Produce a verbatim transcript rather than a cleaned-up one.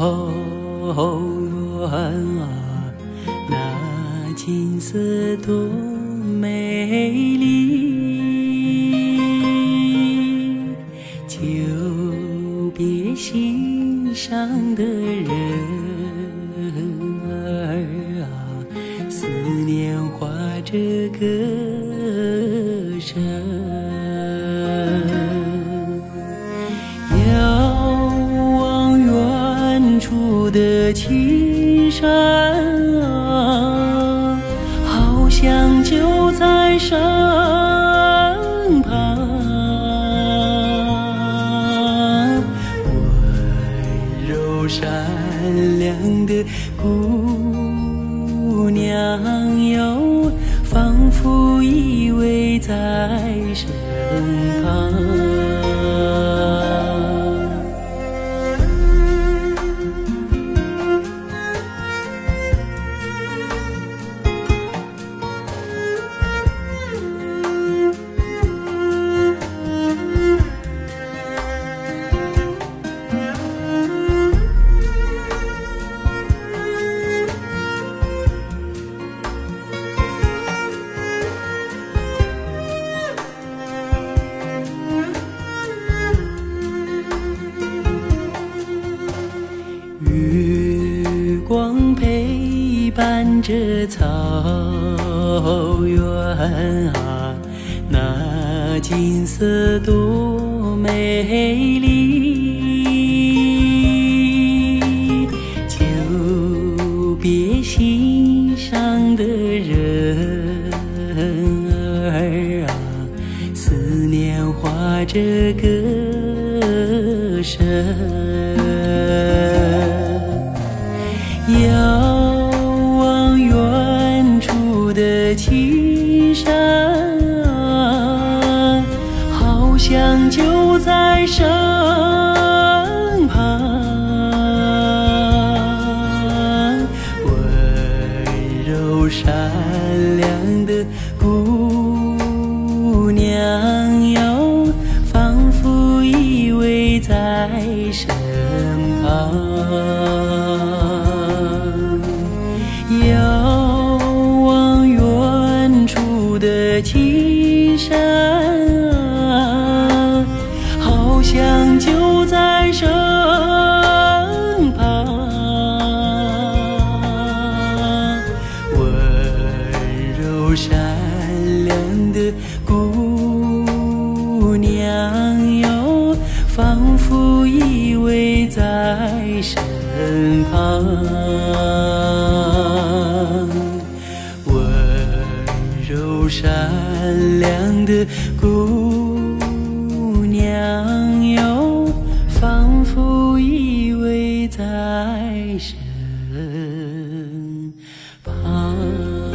园啊，那景色多美丽，久别心上的人儿啊，思念画着歌声。遥望远处的青山啊，好像就在身旁。温柔善良的姑娘哟，仿佛依偎在身旁。月光陪伴着草原啊，那景色多美丽，久别心上的人儿啊，思念画着歌声。遥望远处的青山啊，好像就在身旁。温柔善良的姑娘哟，仿佛依偎在身旁。遥望远处的青山啊，好像就在身旁。温柔善良的姑娘哟，仿佛依偎在身旁。温柔善良的姑娘哟，仿佛依偎在身旁。